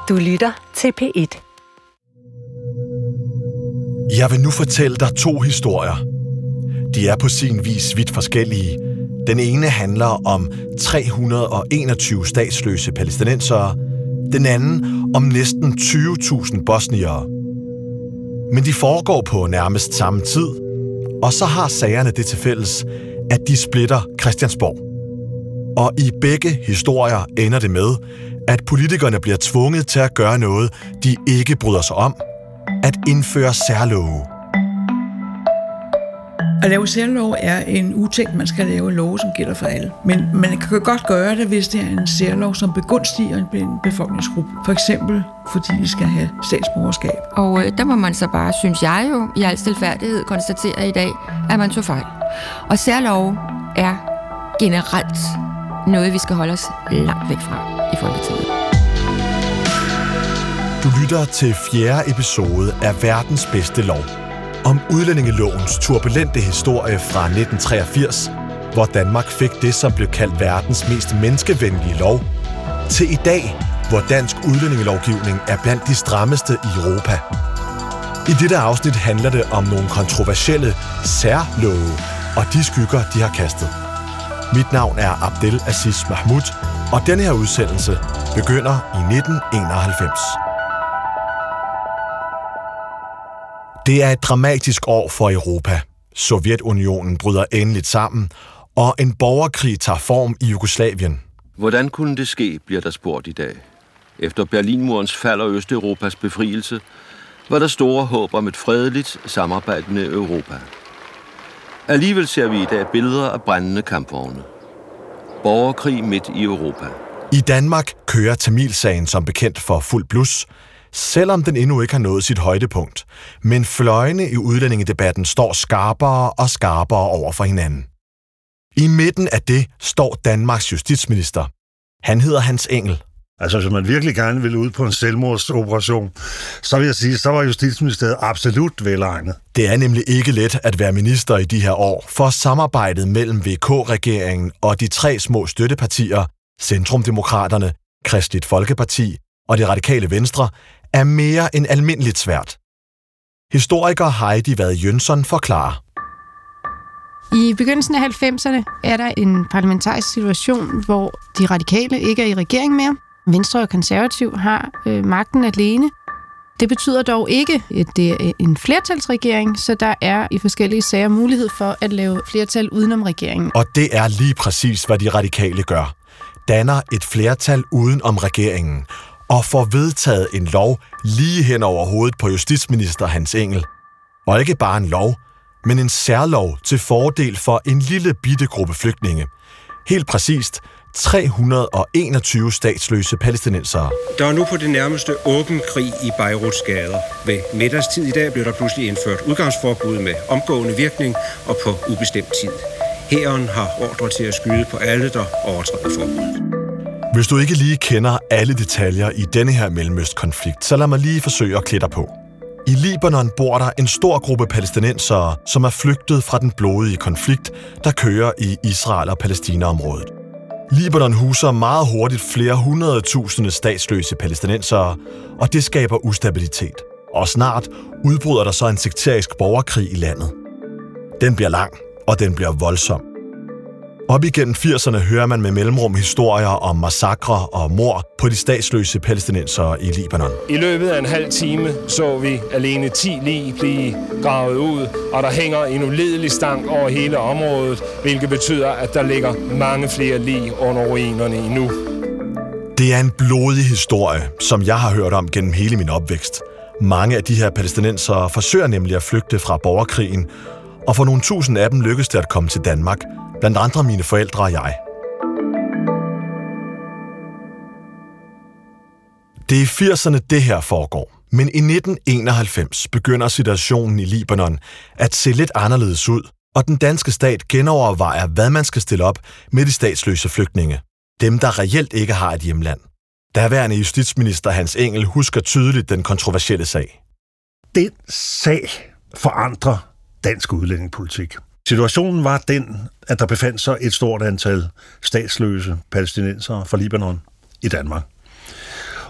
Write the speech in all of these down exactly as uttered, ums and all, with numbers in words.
Du lytter til P et. Jeg vil nu fortælle dig to historier. De er på sin vis vidt forskellige. Den ene handler om tre hundrede og enogtyve statsløse palæstinensere. Den anden om næsten tyve tusind bosniere. Men de foregår på nærmest samme tid. Og så har sagerne det til fælles, at de splitter Christiansborg. Og i begge historier ender det med, at politikerne bliver tvunget til at gøre noget, de ikke bryder sig om. At indføre særlove. At lave særlov er en uting, man skal lave love, som gælder for alle. Men man kan godt gøre det, hvis det er en særlov, som begunstiger en befolkningsgruppe. For eksempel, fordi de skal have statsborgerskab. Og øh, der må man så bare, synes jeg jo, i al stilfærdighed konstatere i dag, at man tog fejl. Og særlov er generelt noget, vi skal holde os langt væk fra i Folketinget. Du lytter til fjerde episode af Verdens bedste lov. Om udlændingelovens turbulente historie fra nitten treogfirs, hvor Danmark fik det, som blev kaldt verdens mest menneskevenlige lov, til i dag, hvor dansk udlændingelovgivning er blandt de strammeste i Europa. I dette afsnit handler det om nogle kontroversielle særlove og de skygger, de har kastet. Mit navn er Abdel Aziz Mahmoud, og denne her udsendelse begynder i nitten enoghalvfems. Det er et dramatisk år for Europa. Sovjetunionen bryder endeligt sammen, og en borgerkrig tager form i Jugoslavien. Hvordan kunne det ske, bliver der spurgt i dag. Efter Berlinmurens fald og Østeuropas befrielse, var der store håb om et fredeligt, samarbejdende Europa. Alligevel ser vi i dag billeder af brændende kampvogne. Borgerkrig midt i Europa. I Danmark kører Tamilsagen som bekendt for fuld blus, selvom den endnu ikke har nået sit højdepunkt. Men fløjene i udlændingedebatten står skarpere og skarpere over for hinanden. I midten af det står Danmarks justitsminister. Han hedder Hans Engell. Altså, hvis man virkelig gerne ville ud på en selvmordsoperation, så vil jeg sige, så var Justitsministeriet absolut velegnet. Det er nemlig ikke let at være minister i de her år, for samarbejdet mellem V K-regeringen og de tre små støttepartier, Centrumdemokraterne, Kristeligt Folkeparti og Det Radikale Venstre, er mere end almindeligt svært. Historiker Heidi Vad Jønsson forklarer. I begyndelsen af halvfemserne er der en parlamentarisk situation, hvor de radikale ikke er i regering mere. Venstre og Konservativ har øh, magten alene. Det betyder dog ikke, at det er en flertalsregering, så der er i forskellige sager mulighed for at lave flertal udenom regeringen. Og det er lige præcis, hvad de radikale gør. Danner et flertal uden om regeringen og får vedtaget en lov lige hen over hovedet på justitsminister Hans Engell. Og ikke bare en lov, men en særlov til fordel for en lille bitte gruppe flygtninge. Helt præcist tre hundrede og enogtyve statsløse palæstinensere. Der er nu på det nærmeste åben krig i Beiruts gader. Ved middagstid i dag blev der pludselig indført udgangsforbud med omgående virkning og på ubestemt tid. Hæren har ordre til at skyde på alle, der overtræder forbuddet. Hvis du ikke lige kender alle detaljer i denne her Mellemøstkonflikt, så lad mig lige forsøge at klæde dig på. I Libanon bor der en stor gruppe palæstinensere, som er flygtet fra den blodige konflikt, der kører i Israel- og Palæstina-området. Libanon huser meget hurtigt flere hundrede tusinde statsløse palæstinensere, og det skaber ustabilitet. Og snart udbryder der så en sekterisk borgerkrig i landet. Den bliver lang, og den bliver voldsom. Op igennem firserne hører man med mellemrum historier om massakre og mord på de statsløse palæstinensere i Libanon. I løbet af en halv time så vi alene ti lig blive gravet ud, og der hænger en uledelig stank over hele området, hvilket betyder, at der ligger mange flere lig under ruinerne endnu. Det er en blodig historie, som jeg har hørt om gennem hele min opvækst. Mange af de her palæstinensere forsøger nemlig at flygte fra borgerkrigen, og for nogle tusind af dem lykkes det at komme til Danmark, blandt andre mine forældre og jeg. Det er i firserne, det her foregår. Men i nitten enoghalvfems begynder situationen i Libanon at se lidt anderledes ud, og den danske stat genovervejer, hvad man skal stille op med de statsløse flygtninge. Dem, der reelt ikke har et hjemland. Daværende justitsminister Hans Engell husker tydeligt den kontroversielle sag. Den sag forandrer dansk udlændingepolitik. Situationen var den, at der befandt sig et stort antal statsløse palæstinensere fra Libanon i Danmark.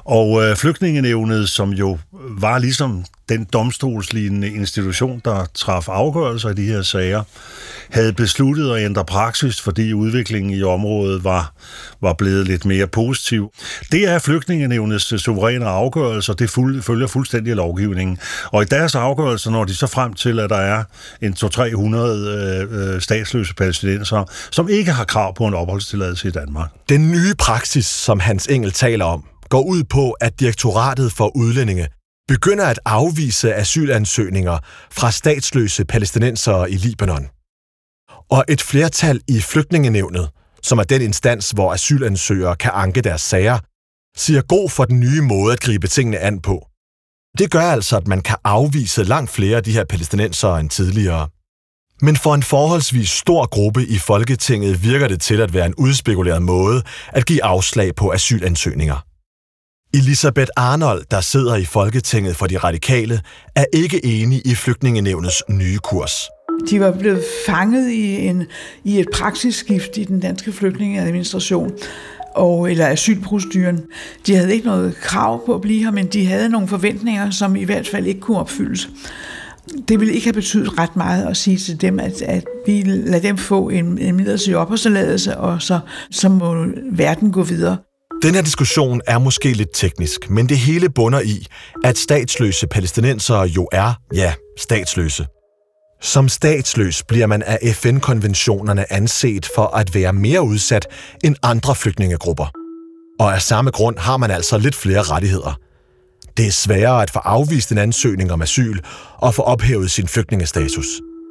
Og øh, Flygtningenævnet, som jo var ligesom den domstolslignende institution, der traf afgørelser i de her sager, havde besluttet at ændre praksis, fordi udviklingen i området var, var blevet lidt mere positiv. Det er Flygtningenævnets suveræne afgørelser, det fuld, følger fuldstændig lovgivningen. Og i deres afgørelser når de så frem til, at der er en to til tre hundrede øh, statsløse palæstinensere, som ikke har krav på en opholdstilladelse i Danmark. Den nye praksis, som Hans Engel taler om, går ud på, at Direktoratet for Udlændinge begynder at afvise asylansøgninger fra statsløse palæstinensere i Libanon. Og et flertal i Flygtningenævnet, som er den instans, hvor asylansøgere kan anke deres sager, siger god for den nye måde at gribe tingene an på. Det gør altså, at man kan afvise langt flere af de her palæstinensere end tidligere. Men for en forholdsvis stor gruppe i Folketinget virker det til at være en udspekuleret måde at give afslag på asylansøgninger. Elisabeth Arnold, der sidder i Folketinget for de radikale, er ikke enig i Flygtningenævnets nye kurs. De var blevet fanget i, en, i et praksisskift i den danske flygtningeadministration og, eller asylproceduren. De havde ikke noget krav på at blive her, men de havde nogle forventninger, som i hvert fald ikke kunne opfyldes. Det ville ikke have betydet ret meget at sige til dem, at, at vi lader dem få en, en midlertidig opholdstilladelse, og så, så må verden gå videre. Den her diskussion er måske lidt teknisk, men det hele bunder i, at statsløse palæstinensere jo er, ja, statsløse. Som statsløs bliver man af F N-konventionerne anset for at være mere udsat end andre flygtningegrupper. Og af samme grund har man altså lidt flere rettigheder. Det er sværere at få afvist en ansøgning om asyl og få ophævet sin flygtningestatus.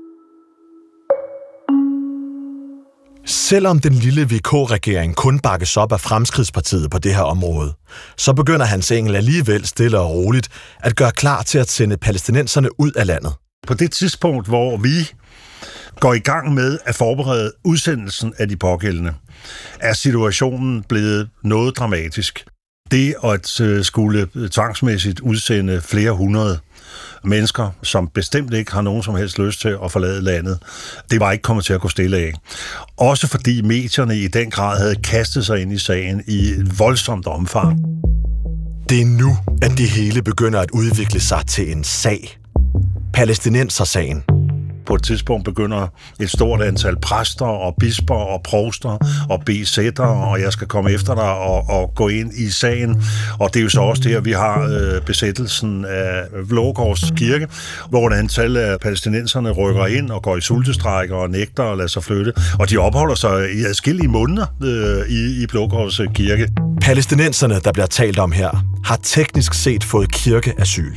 Selvom den lille V K-regering kun bakkes op af Fremskridtspartiet på det her område, så begynder Hans Engel alligevel stille og roligt at gøre klar til at sende palæstinenserne ud af landet. På det tidspunkt, hvor vi går i gang med at forberede udsendelsen af de pågældende, er situationen blevet noget dramatisk. Det at skulle tvangsmæssigt udsende flere hundrede mennesker, som bestemt ikke har nogen som helst lyst til at forlade landet, det var ikke kommet til at gå stille af. Også fordi medierne i den grad havde kastet sig ind i sagen i et voldsomt omfang. Det er nu, at det hele begynder at udvikle sig til en sag. Palæstinensersagen. På et tidspunkt begynder et stort antal præster og bisper og provster og besættere, og jeg skal komme efter dig og, og gå ind i sagen. Og det er jo så også det, at vi har øh, besættelsen af Blågårds kirke, hvor et antal af palæstinenserne rykker ind og går i sultestrækker og nægter at lade sig flytte. Og de opholder sig i adskillige måneder øh, i, i Blågårds kirke. Palæstinenserne, der bliver talt om her, har teknisk set fået kirkeasyl.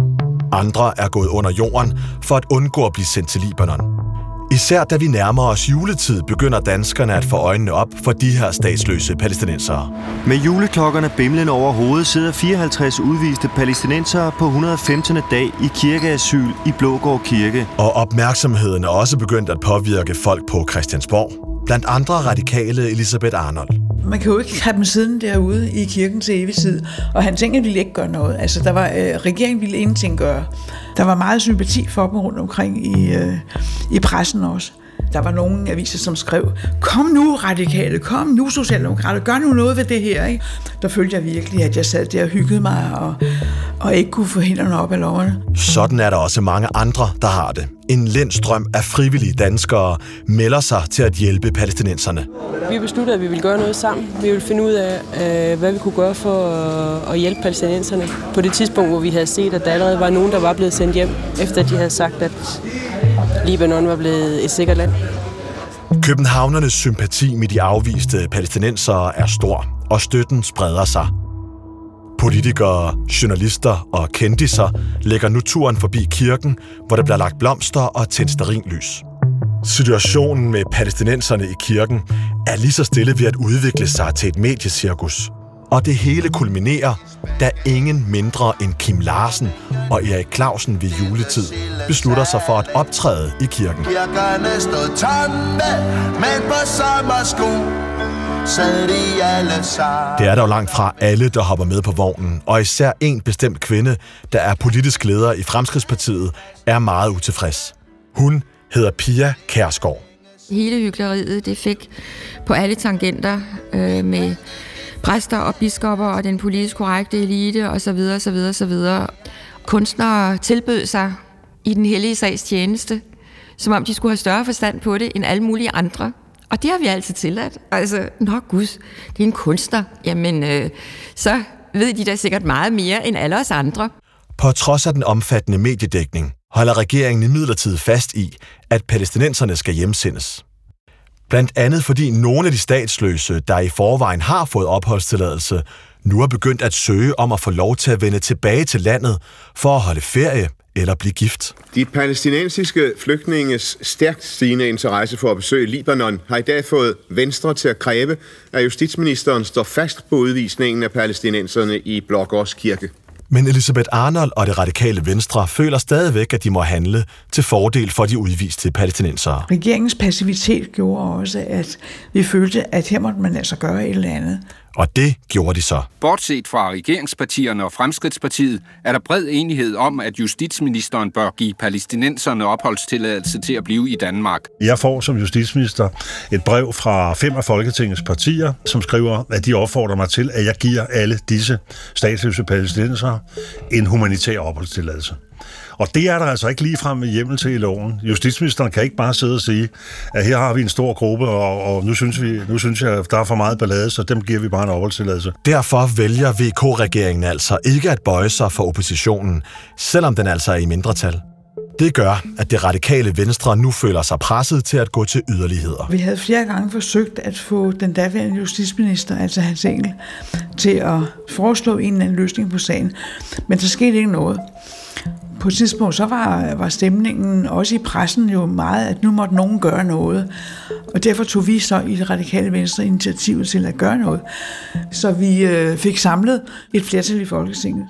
Andre er gået under jorden for at undgå at blive sendt til Libanon. Især da vi nærmer os juletid, begynder danskerne at få øjnene op for de her statsløse palæstinensere. Med juleklokkerne bimlende over hovedet sidder fireoghalvtreds udviste palæstinensere på et hundrede og femtende dag i kirkeasyl i Blågård Kirke. Og opmærksomheden er også begyndt at påvirke folk på Christiansborg. Blandt andre radikale Elisabeth Arnold. Man kan jo ikke have dem siden derude i kirken til evig tid, og Hans Engel ville ikke gøre noget. Altså, der var, øh, regeringen ville ingenting gøre. Der var meget sympati for dem rundt omkring i, øh, i pressen også. Der var nogle aviser, som skrev, kom nu radikale, kom nu socialdemokrater, gør nu noget ved det her. Ikke? Der følte jeg virkelig, at jeg sad der og hyggede mig, og, og ikke kunne få hænderne op af lommerne. Sådan er der også mange andre, der har det. En lindstrøm af frivillige danskere melder sig til at hjælpe palæstinenserne. Vi besluttede, at vi ville gøre noget sammen. Vi ville finde ud af, hvad vi kunne gøre for at hjælpe palæstinenserne. På det tidspunkt, hvor vi havde set, at der allerede var nogen, der var blevet sendt hjem, efter de havde sagt, at Libanon var blevet et sikkert land. Københavnernes sympati med de afviste palæstinensere er stor, og støtten spreder sig. Politikere, journalister og kendisser lægger nu turen forbi kirken, hvor der bliver lagt blomster og tændt stearinlys. Situationen med palæstinenserne i kirken er lige så stille ved at udvikle sig til et mediecirkus. Og det hele kulminerer, da ingen mindre end Kim Larsen og Erik Clausen ved juletid beslutter sig for at optræde i kirken. Kirkerne stod tomme, men på sommersko sad de alle sammen. Det er dog langt fra alle, der hopper med på vognen, og især en bestemt kvinde, der er politisk leder i Fremskridtspartiet, er meget utilfreds. Hun hedder Pia Kjærsgaard. Hele hykleriet, det fik på alle tangenter øh, med præster og biskopper og den politisk korrekte elite osv. osv. osv. Kunstnere tilbød sig i den hellige sags tjeneste, som om de skulle have større forstand på det end alle mulige andre. Og det har vi altid tilladt. Altså, nå gud, det er en kunstner. Jamen, øh, så ved de da sikkert meget mere end alle os andre. På trods af den omfattende mediedækning, holder regeringen imidlertid fast i, at palæstinenserne skal hjemsendes. Blandt andet fordi nogle af de statsløse, der i forvejen har fået opholdstilladelse, nu er begyndt at søge om at få lov til at vende tilbage til landet for at holde ferie eller blive gift. De palæstinensiske flygtninges stærkt stigende interesse for at besøge Libanon har i dag fået Venstre til at kræve, at justitsministeren står fast på udvisningen af palæstinenserne i Blågårds Kirke. Men Elisabeth Arnold og det radikale Venstre føler stadigvæk, at de må handle til fordel for de udviste palæstinensere. Regeringens passivitet gjorde også, at vi følte, at her måtte man altså gøre et eller andet. Og det gjorde de så. Bortset fra regeringspartierne og Fremskridtspartiet, er der bred enighed om, at justitsministeren bør give palæstinenserne opholdstilladelse til at blive i Danmark. Jeg får som justitsminister et brev fra fem af Folketingets partier, som skriver, at de opfordrer mig til, at jeg giver alle disse statsløse palæstinensere en humanitær opholdstilladelse. Og det er der altså ikke ligefrem med hjemmel til i loven. Justitsministeren kan ikke bare sidde og sige, at her har vi en stor gruppe, og, og nu, synes vi, nu synes jeg, at der er for meget ballade, så dem giver vi bare en opholdstilladelse. Derfor vælger V K-regeringen altså ikke at bøje sig for oppositionen, selvom den altså er i mindretal. Det gør, at det radikale Venstre nu føler sig presset til at gå til yderligheder. Vi havde flere gange forsøgt at få den daværende justitsminister, altså Hans Engel, til at foreslå en eller anden løsning på sagen, men der skete ikke noget. På et tidspunkt så var, var stemningen også i pressen jo meget, at nu måtte nogen gøre noget. Og derfor tog vi så i det radikale Venstre initiativet til at gøre noget. Så vi øh, fik samlet et flertal i Folketinget.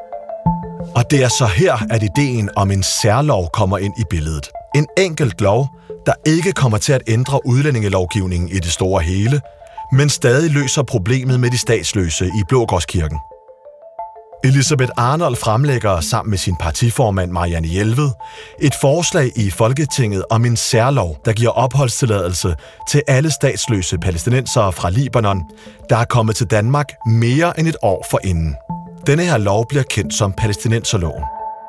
Og det er så her, at ideen om en særlov kommer ind i billedet. En enkelt lov, der ikke kommer til at ændre udlændingelovgivningen i det store hele, men stadig løser problemet med de statsløse i Blågårdskirken. Elisabeth Arnold fremlægger sammen med sin partiformand Marianne Jelved et forslag i Folketinget om en særlov, der giver opholdstilladelse til alle statsløse palæstinensere fra Libanon, der er kommet til Danmark mere end et år forinden. Denne her lov bliver kendt som palæstinenserloven.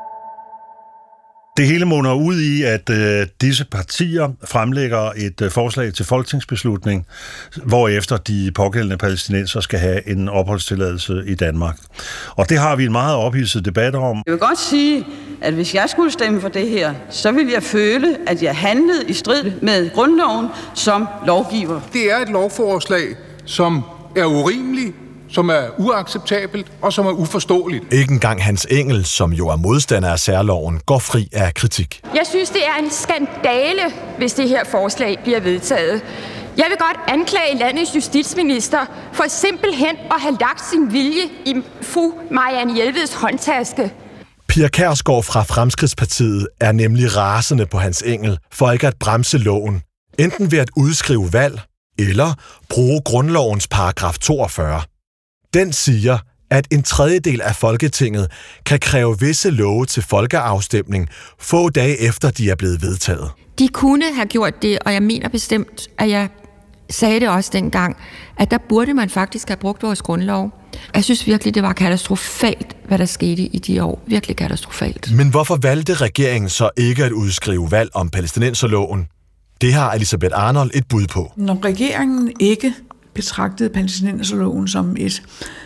Det hele munder ud i, at øh, disse partier fremlægger et øh, forslag til folketingsbeslutning, hvorefter de pågældende palæstinenser skal have en opholdstilladelse i Danmark. Og det har vi en meget ophidset debat om. Jeg vil godt sige, at hvis jeg skulle stemme for det her, så ville jeg føle, at jeg handlede i strid med grundloven som lovgiver. Det er et lovforslag, som er urimeligt, som er uacceptabelt og som er uforståeligt. Ikke engang Hans Engel, som jo er modstander af særloven, går fri af kritik. Jeg synes, det er en skandale, hvis det her forslag bliver vedtaget. Jeg vil godt anklage landets justitsminister for simpelthen at have lagt sin vilje i fru Marianne Jelveds håndtaske. Pia Kjærsgaard fra Fremskridtspartiet er nemlig rasende på Hans Engel for ikke at bremse loven, enten ved at udskrive valg eller bruge grundlovens paragraf toogfyrre. Den siger, at en tredjedel af Folketinget kan kræve visse love til folkeafstemning få dage efter, de er blevet vedtaget. De kunne have gjort det, og jeg mener bestemt, at jeg sagde det også dengang, at der burde man faktisk have brugt vores grundlov. Jeg synes virkelig, det var katastrofalt, hvad der skete i de år. Virkelig katastrofalt. Men hvorfor valgte regeringen så ikke at udskrive valg om palæstinenserloven? Det har Elisabeth Arnold et bud på. Når regeringen ikke betragtede palæstinenserloven som et,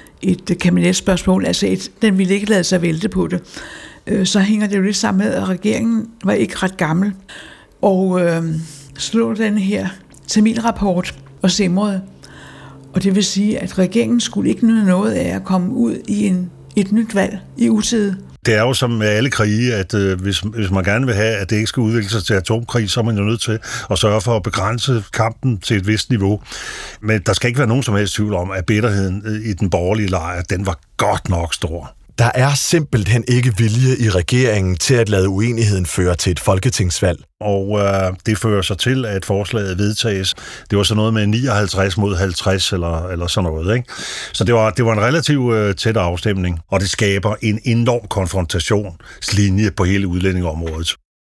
et kabinetsspørgsmål, altså et, den ville ikke lade sig vælte på det, øh, så hænger det jo lidt sammen med, at regeringen var ikke ret gammel. Og øh, slog den her Tamilrapport og simrede. Og det vil sige, at regeringen skulle ikke nyde noget af at komme ud i en, et nyt valg i utide. Det er jo som med alle krige, at øh, hvis, hvis man gerne vil have, at det ikke skal udvikle sig til atomkrig, så er man jo nødt til at sørge for at begrænse kampen til et vist niveau. Men der skal ikke være nogen som helst tvivl om, at bitterheden i den borgerlige lejr, den var godt nok stor. Der er simpelthen ikke vilje i regeringen til at lade uenigheden føre til et folketingsvalg. Og øh, det fører sig til, at forslaget vedtages. Det var så noget med nioghalvtreds mod halvtreds eller, eller sådan noget, ikke? Så det var, det var en relativt øh, tæt afstemning, og det skaber en enorm konfrontationslinje på hele udlændingeområdet.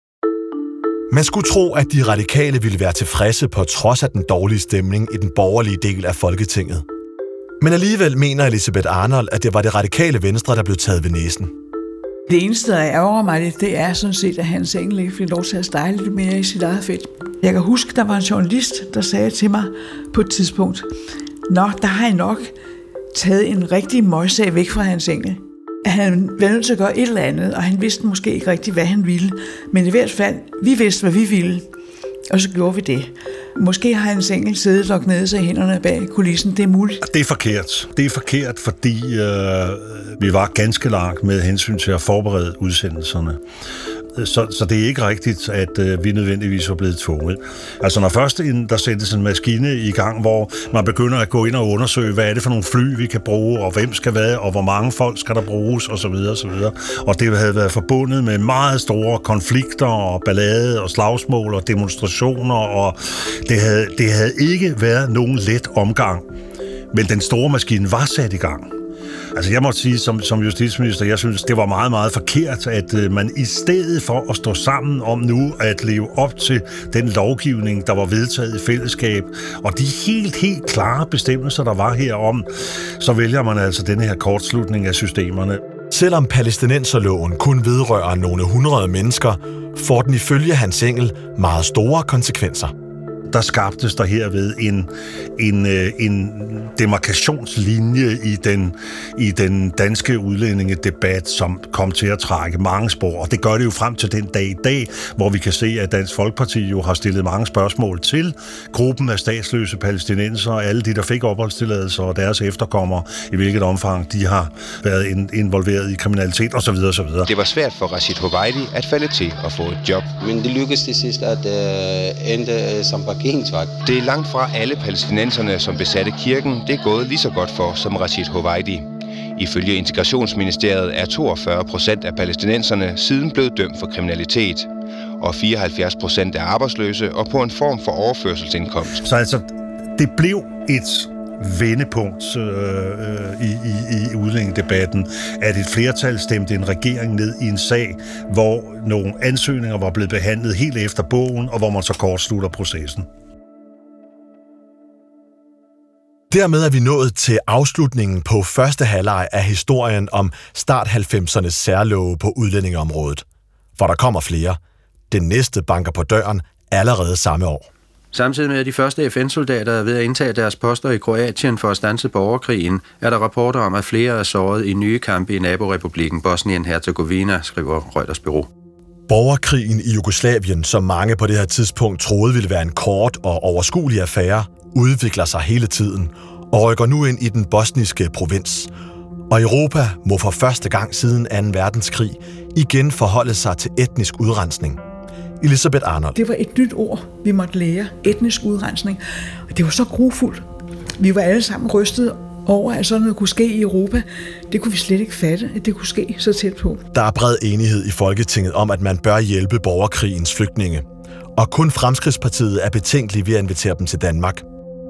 Man skulle tro, at de radikale ville være tilfredse på trods af den dårlige stemning i den borgerlige del af Folketinget. Men alligevel mener Elisabeth Arnold, at det var det radikale Venstre, der blev taget ved næsen. Det eneste, der ærger mig lidt, det er sådan set, at Hans Engel ikke fik lov til at stejle lidt mere i sit eget felt. Jeg kan huske, der var en journalist, der sagde til mig på et tidspunkt, nå, der har jeg nok taget en rigtig møgssag væk fra Hans Engel. At han var nødt til at gøre et eller andet, og han vidste måske ikke rigtigt, hvad han ville. Men i hvert fald, vi vidste, hvad vi ville, og så gjorde vi det. Måske har Hans Engel siddet og gnædet sig i hænderne bag kulissen. Det er muligt. Det er forkert. Det er forkert, fordi øh, vi var ganske langt med hensyn til at forberede udsendelserne. Så, så det er ikke rigtigt, at øh, vi nødvendigvis var blevet tvunget. Altså når først en, der sættes en maskine i gang, hvor man begynder at gå ind og undersøge, hvad er det for nogle fly, vi kan bruge, og hvem skal hvad, og hvor mange folk skal der bruges, osv. osv. Og det havde været forbundet med meget store konflikter og ballade og slagsmål og demonstrationer, og det havde, det havde ikke været nogen let omgang. Men den store maskine var sat i gang. Altså jeg må sige, som, som justitsminister, jeg synes, det var meget, meget forkert, at øh, man i stedet for at stå sammen om nu at leve op til den lovgivning, der var vedtaget i fællesskab, og de helt, helt klare bestemmelser, der var herom, så vælger man altså denne her kortslutning af systemerne. Selvom palæstinenserloven kun vedrører nogle hundrede mennesker, får den ifølge Hans Engel meget store konsekvenser. Der skabtes der herved en, en, en demarkationslinje i den, i den danske udlændingedebat, som kom til at trække mange spor. Og det gør det jo frem til den dag i dag, hvor vi kan se, at Dansk Folkeparti jo har stillet mange spørgsmål til gruppen af statsløse palæstinensere, alle de, der fik opholdstilladelser og deres efterkommere, i hvilket omfang de har været involveret i kriminalitet osv. osv. Det var svært for Rashid Hoveidi at falde til at få et job. Men det lykkedes til sidst at øh, ende som Det er langt fra alle palæstinenserne, som besatte kirken, det er gået lige så godt for som Rashid Hoveidi. Ifølge Integrationsministeriet er toogfyrre procent af palæstinenserne siden blevet dømt for kriminalitet, og fireoghalvfjerds procent er arbejdsløse og på en form for overførselsindkomst. Så altså, det blev et vendepunkt øh, i, i, i udlændingedebatten, at et flertal stemte en regering ned i en sag, hvor nogle ansøgninger var blevet behandlet helt efter bogen, og hvor man så kortslutter processen. Dermed er vi nået til afslutningen på første halvleg af historien om start halvfemsernes særlove på udlændingeområdet. For der kommer flere. Den næste banker på døren allerede samme år. Samtidig med, at de første F N-soldater er ved at indtage deres poster i Kroatien for at standse borgerkrigen, er der rapporter om, at flere er såret i nye kampe i naborepublikken Bosnien-Herzegovina, skriver Reuters bureau. Borgerkrigen i Jugoslavien, som mange på det her tidspunkt troede ville være en kort og overskuelig affære, udvikler sig hele tiden og rykker nu ind i den bosniske provins. Og Europa må for første gang siden anden verdenskrig igen forholde sig til etnisk udrensning. Elisabeth Arnold. Det var et nyt ord, vi måtte lære. Etnisk udrensning. Og det var så grufuldt. Vi var alle sammen rystet over, at sådan noget kunne ske i Europa. Det kunne vi slet ikke fatte, at det kunne ske så tæt på. Der er bred enighed i Folketinget om, at man bør hjælpe borgerkrigens flygtninge. Og kun Fremskridtspartiet er betænkelig ved at invitere dem til Danmark.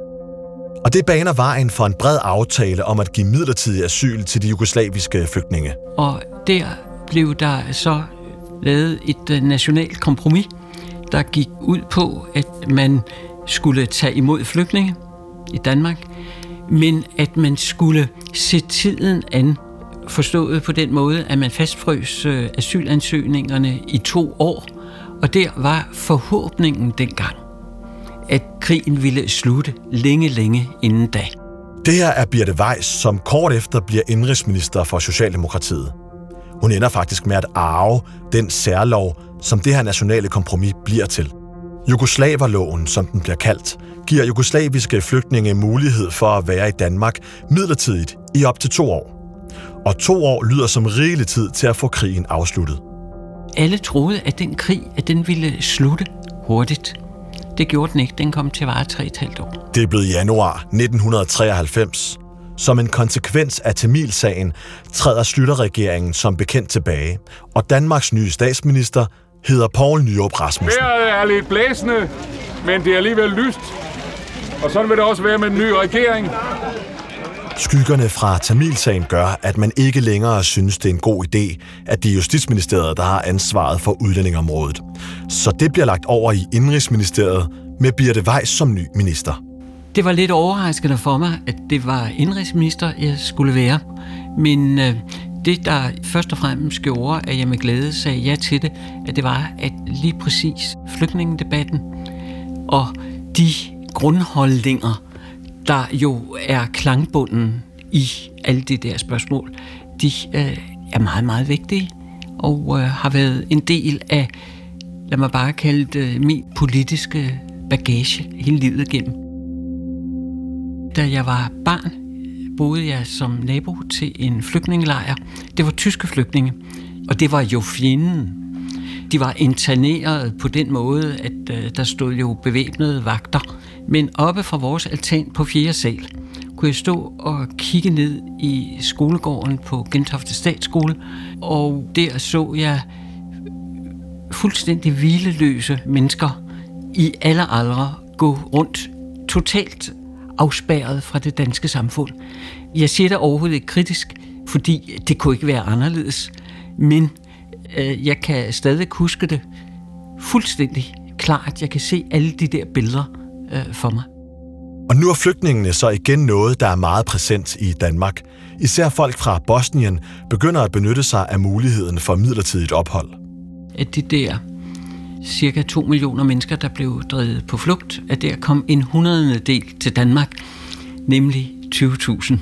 Og det baner vejen for en bred aftale om at give midlertidig asyl til de jugoslaviske flygtninge. Og der blev der så lavet et nationalt kompromis, der gik ud på, at man skulle tage imod flygtninge i Danmark, men at man skulle se tiden an, forstået på den måde, at man fastfrøs asylansøgningerne i to år, og der var forhåbningen dengang, at krigen ville slutte længe, længe inden da. Det her er Birte Weiss, som kort efter bliver indenrigsminister for Socialdemokratiet. Hun ender faktisk med at arve den særlov, som det her nationale kompromis bliver til. Jugoslaverloven, som den bliver kaldt, giver jugoslaviske flygtninge mulighed for at være i Danmark midlertidigt i op til to år. Og to år lyder som rigelig tid til at få krigen afsluttet. Alle troede, at den krig at den ville slutte hurtigt. Det gjorde den ikke. Den kom til at vare tre og et halvt år. Det er blevet januar nitten treoghalvfems. Som en konsekvens af Tamilsagen træder Schlüter-regeringen som bekendt tilbage, og Danmarks nye statsminister hedder Poul Nyrup Rasmussen. Vejret er lidt blæsende, men det er alligevel lyst. Og sådan vil det også være med en ny regering. Skyggerne fra Tamilsagen gør, at man ikke længere synes, det er en god idé, at det er Justitsministeriet, der har ansvaret for udlændingområdet. Så det bliver lagt over i Indenrigsministeriet med Birte Weiss som ny minister. Det var lidt overraskende for mig, at det var indrigsminister, jeg skulle være. Men øh, det, der først og fremmest gjorde, at jeg med glæde sagde ja til det, at det var, at lige præcis flygtningedebatten og de grundholdninger, der jo er klangbunden i alle de der spørgsmål, de øh, er meget, meget vigtige og øh, har været en del af, lad mig bare kalde det, min politiske bagage hele livet igennem. Da jeg var barn, boede jeg som nabo til en flygtningelejr. Det var tyske flygtninge, og det var jo fjenden. De var interneret på den måde, at øh, der stod jo bevæbnede vagter. Men oppe fra vores altan på fjerde sal kunne jeg stå og kigge ned i skolegården på Gentofte Statsskole, og der så jeg fuldstændig hvileløse mennesker i alle aldre gå rundt totalt afspærret fra det danske samfund. Jeg siger det overhovedet ikke kritisk, fordi det kunne ikke være anderledes, men øh, jeg kan stadig huske det fuldstændig klart. Jeg kan se alle de der billeder øh, for mig. Og nu er flygtningene så igen noget, der er meget præsent i Danmark. Især folk fra Bosnien begynder at benytte sig af muligheden for midlertidigt ophold. At de der cirka to millioner mennesker, der blev drevet på flugt, at der kom en hundredende del til Danmark, nemlig tyve tusind.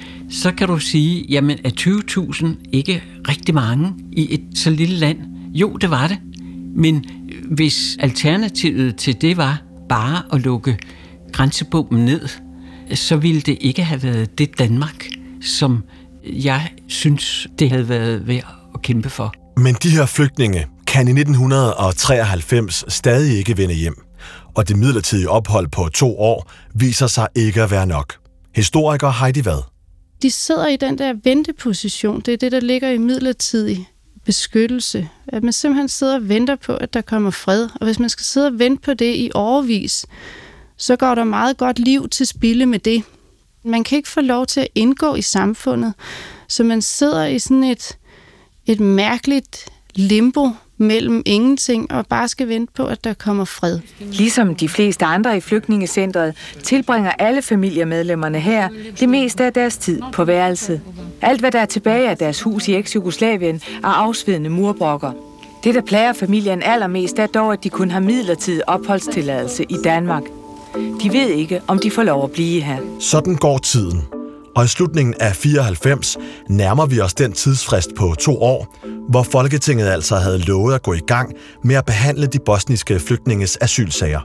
Så kan du sige, jamen er tyve tusind ikke rigtig mange i et så lille land? Jo, det var det. Men hvis alternativet til det var bare at lukke grænsebommen ned, så ville det ikke have været det Danmark, som jeg synes, det havde været værd at kæmpe for. Men de her flygtninge kan i nitten treoghalvfems stadig ikke vende hjem, og det midlertidige ophold på to år viser sig ikke at være nok. Historiker Heidi Vad. De sidder i den der venteposition. Det er det, der ligger i midlertidig beskyttelse. At man simpelthen sidder og venter på, at der kommer fred. Og hvis man skal sidde og vente på det i årevis, så går der meget godt liv til spilde med det. Man kan ikke få lov til at indgå i samfundet, så man sidder i sådan et, et mærkeligt limbo mellem ingenting og bare skal vente på, at der kommer fred. Ligesom de fleste andre i flygtningecentret tilbringer alle familiemedlemmerne her det meste af deres tid på værelset. Alt, hvad der er tilbage af deres hus i eks-Jugoslavien, er afsvedende murbrokker. Det, der plager familien allermest, er dog, at de kun har midlertidig opholdstilladelse i Danmark. De ved ikke, om de får lov at blive her. Sådan går tiden. Og i slutningen af fireoghalvfems nærmer vi os den tidsfrist på to år, hvor Folketinget altså havde lovet at gå i gang med at behandle de bosniske flygtninges asylsager.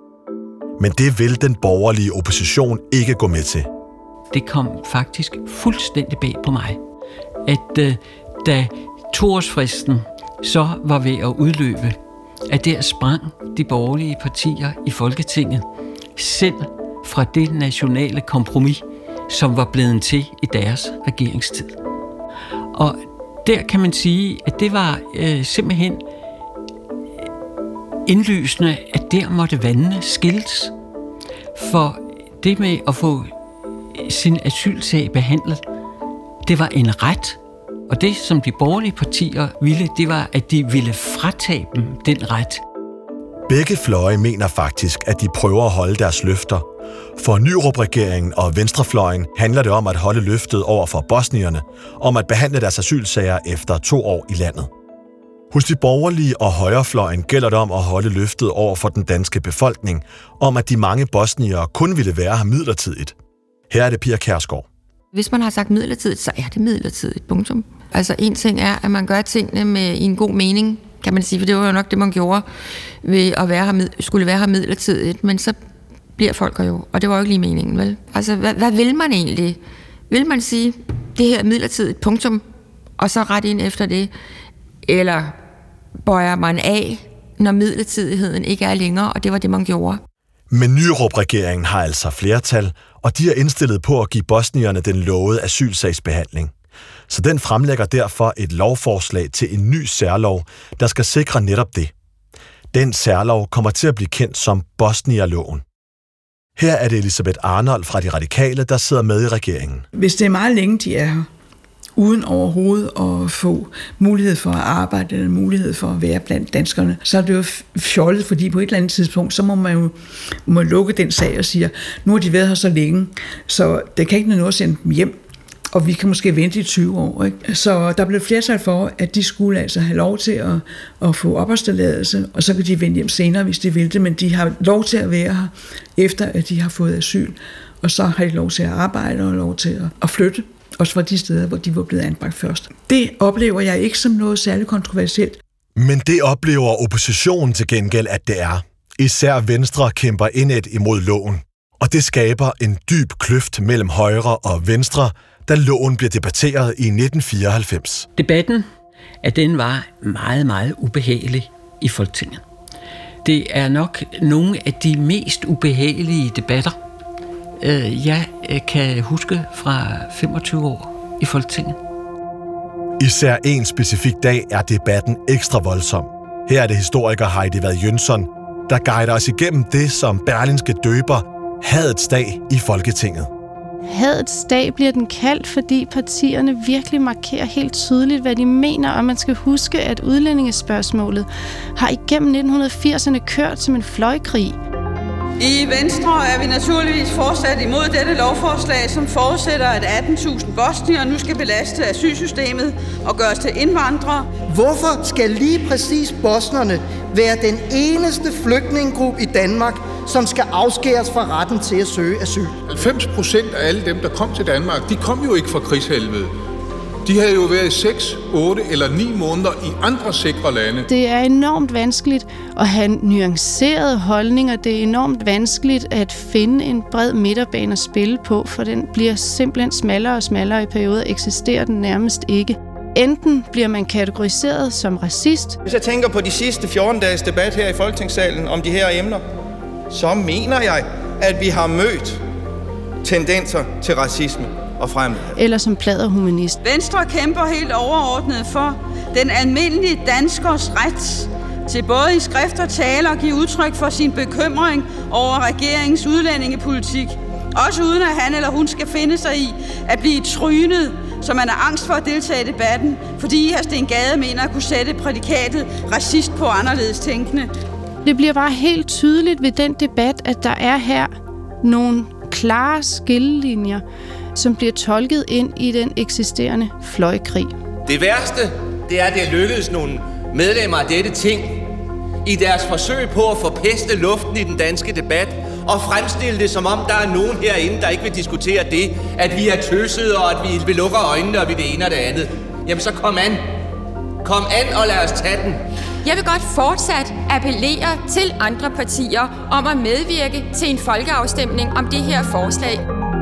Men det vil den borgerlige opposition ikke gå med til. Det kom faktisk fuldstændig bag på mig, at øh, da toårsfristen så var ved at udløbe, at der sprang de borgerlige partier i Folketinget selv fra det nationale kompromis, som var blevet til i deres regeringstid. Og der kan man sige, at det var øh, simpelthen indlysende, at der måtte vandene skilles. For det med at få sin asylsag behandlet, det var en ret. Og det, som de borgerlige partier ville, det var, at de ville fratage dem den ret. Begge fløje mener faktisk, at de prøver at holde deres løfter. For Nyrup-regeringen og Venstrefløjen handler det om at holde løftet over for bosnierne, om at behandle deres asylsager efter to år i landet. Hos de borgerlige og højrefløjen gælder det om at holde løftet over for den danske befolkning, om at de mange bosniere kun ville være her midlertidigt. Her er det Pia Kjærsgaard. Hvis man har sagt midlertidigt, så er det midlertidigt. Punktum. Altså en ting er, at man gør tingene med en god mening, kan man sige, for det var jo nok det, man gjorde ved at være her, skulle være her midlertidigt, men så bliver folk her jo, og det var jo ikke lige meningen, vel? Altså, hvad, hvad vil man egentlig? Vil man sige, det her er midlertidigt, punktum, og så ret ind efter det? Eller bøjer man af, når midlertidigheden ikke er længere, og det var det, man gjorde? Men Nyrup-regeringen har altså flertal, og de er indstillet på at give bosnierne den lovede asylsagsbehandling. Så den fremlægger derfor et lovforslag til en ny særlov, der skal sikre netop det. Den særlov kommer til at blive kendt som Bosnierloven. Her er det Elisabeth Arnold fra De Radikale, der sidder med i regeringen. Hvis det er meget længe, de er her, uden overhovedet at få mulighed for at arbejde, eller mulighed for at være blandt danskerne, så er det jo fjollet, fordi på et eller andet tidspunkt, så må man jo må lukke den sag og sige, nu har de været her så længe, så det kan ikke noget at sende dem hjem, og vi kan måske vente i tyve år. Ikke? Så der blev flertal for, at de skulle altså have lov til at, at få opholdstilladelse, og så kan de vende hjem senere, hvis de vil det, men de har lov til at være her, efter at de har fået asyl, og så har de lov til at arbejde og lov til at, at flytte, også fra de steder, hvor de var blevet anbragt først. Det oplever jeg ikke som noget særligt kontroversielt. Men det oplever oppositionen til gengæld, at det er. Især Venstre kæmper indet imod loven. Og det skaber en dyb kløft mellem højre og venstre, da loven bliver debatteret i nitten fireoghalvfems. Debatten, at den var meget, meget ubehagelig i Folketinget. Det er nok nogle af de mest ubehagelige debatter, jeg kan huske fra femogtyve år i Folketinget. Især en specifik dag er debatten ekstra voldsom. Her er det historiker Heidi Vad Jønsson, der guider os igennem det, som Berlingske døber hadets dag i Folketinget. Hadets dag bliver den kaldt, fordi partierne virkelig markerer helt tydeligt, hvad de mener, og man skal huske, at udlændingespørgsmålet har igennem nitten firserne kørt som en fløjkrig. I Venstre er vi naturligvis fortsat imod dette lovforslag, som forudsætter, at atten tusind bosnier nu skal belaste asylsystemet og gøres til indvandrere. Hvorfor skal lige præcis bosnerne være den eneste flygtningegruppe i Danmark, som skal afskæres fra retten til at søge asyl? halvfems procent af alle dem, der kom til Danmark, de kom jo ikke fra krigshelvede. De havde jo været seks, otte eller ni måneder i andre sikre lande. Det er enormt vanskeligt at have nuancerede holdninger. Det er enormt vanskeligt at finde en bred midterbane at spille på, for den bliver simpelthen smallere og smallere i perioder. Eksisterer den nærmest ikke. Enten bliver man kategoriseret som racist. Hvis jeg tænker på de sidste fjorten dages debat her i Folketingssalen om de her emner, så mener jeg, at vi har mødt tendenser til racisme og frem. Eller som pladderhumanist. Venstre kæmper helt overordnet for den almindelige danskers ret til både i skrift og tale at give udtryk for sin bekymring over regeringens udlændingepolitik. Også uden at han eller hun skal finde sig i at blive trynet, så man er angst for at deltage i debatten, fordi hr. Steen Gade mener at kunne sætte prædikatet racist på anderledes tænkende. Det bliver bare helt tydeligt ved den debat, at der er her nogle klare skillelinjer, som bliver tolket ind i den eksisterende fløjkrig. Det værste, det er, at det er lykkedes nogle medlemmer af dette ting i deres forsøg på at forpeste luften i den danske debat og fremstille det, som om der er nogen herinde, der ikke vil diskutere det, at vi er tøsede og at vi vil lukke øjnene og vi det ene og det andet. Jamen så kom an. Kom an og lad os tage den. Jeg vil godt fortsat appellere til andre partier om at medvirke til en folkeafstemning om det her forslag.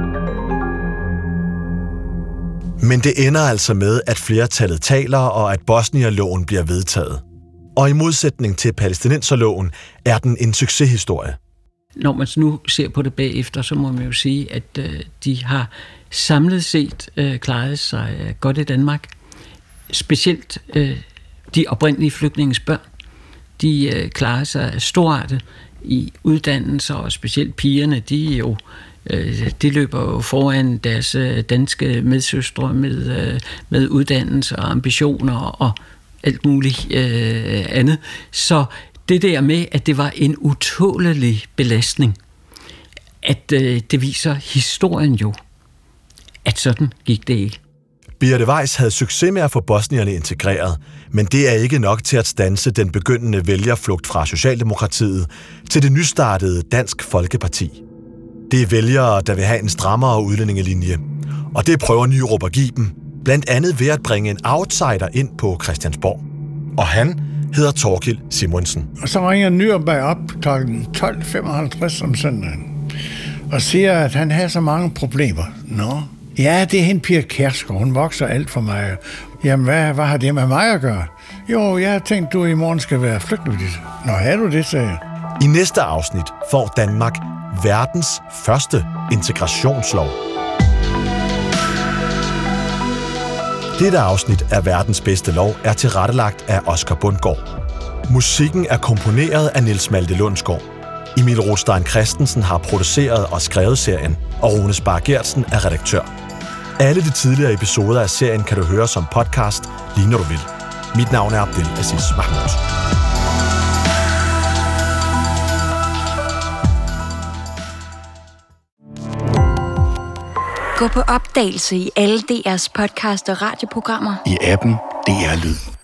Men det ender altså med, at flertallet taler, og at Bosnierloven bliver vedtaget. Og i modsætning til palæstinenserloven er den en succeshistorie. Når man nu ser på det bagefter, så må man jo sige, at øh, de har samlet set øh, klaret sig øh, godt i Danmark. Specielt øh, de oprindelige flygtninges børn. De øh, klarer sig storartet i uddannelser, og specielt pigerne, de er jo de løber jo foran deres danske medsøstre med, med uddannelse og ambitioner og alt muligt øh, andet. Så det der med, at det var en utålelig belastning, at øh, det viser historien jo, at sådan gik det ikke. Birthe Weiss havde succes med at få bosnierne integreret, men det er ikke nok til at standse den begyndende vælgerflugt fra Socialdemokratiet til det nystartede Dansk Folkeparti. Det er vælgere, der vil have en strammere udlændingelinje, og det prøver Nyrup at give dem, blandt andet ved at bringe en outsider ind på Christiansborg. Og han hedder Thorkild Simonsen. Og så ringer Nyrup op klokken tolv femoghalvtreds om søndagen og siger, at han har så mange problemer. Nå, ja, det er hende Pia Kjærsgaard, hun vokser alt for mig. Jamen, hvad, hvad har det med mig at gøre? Jo, jeg har tænkt, du i morgen skal være flygtning. Nå, har du det, sagde jeg. I næste afsnit får Danmark verdens første integrationslov. Dette afsnit af Verdens bedste lov er tilrettelagt af Oscar Bundgaard. Musikken er komponeret af Niels Malte Lundsgaard. Emil Rothstein Christensen har produceret og skrevet serien, og Rune Spar Gertsen er redaktør. Alle de tidligere episoder af serien kan du høre som podcast, lige når du vil. Mit navn er Abdel Aziz Mahmoud. Gå på opdagelse i alle D R's podcast og radioprogrammer. I appen D R Lyd.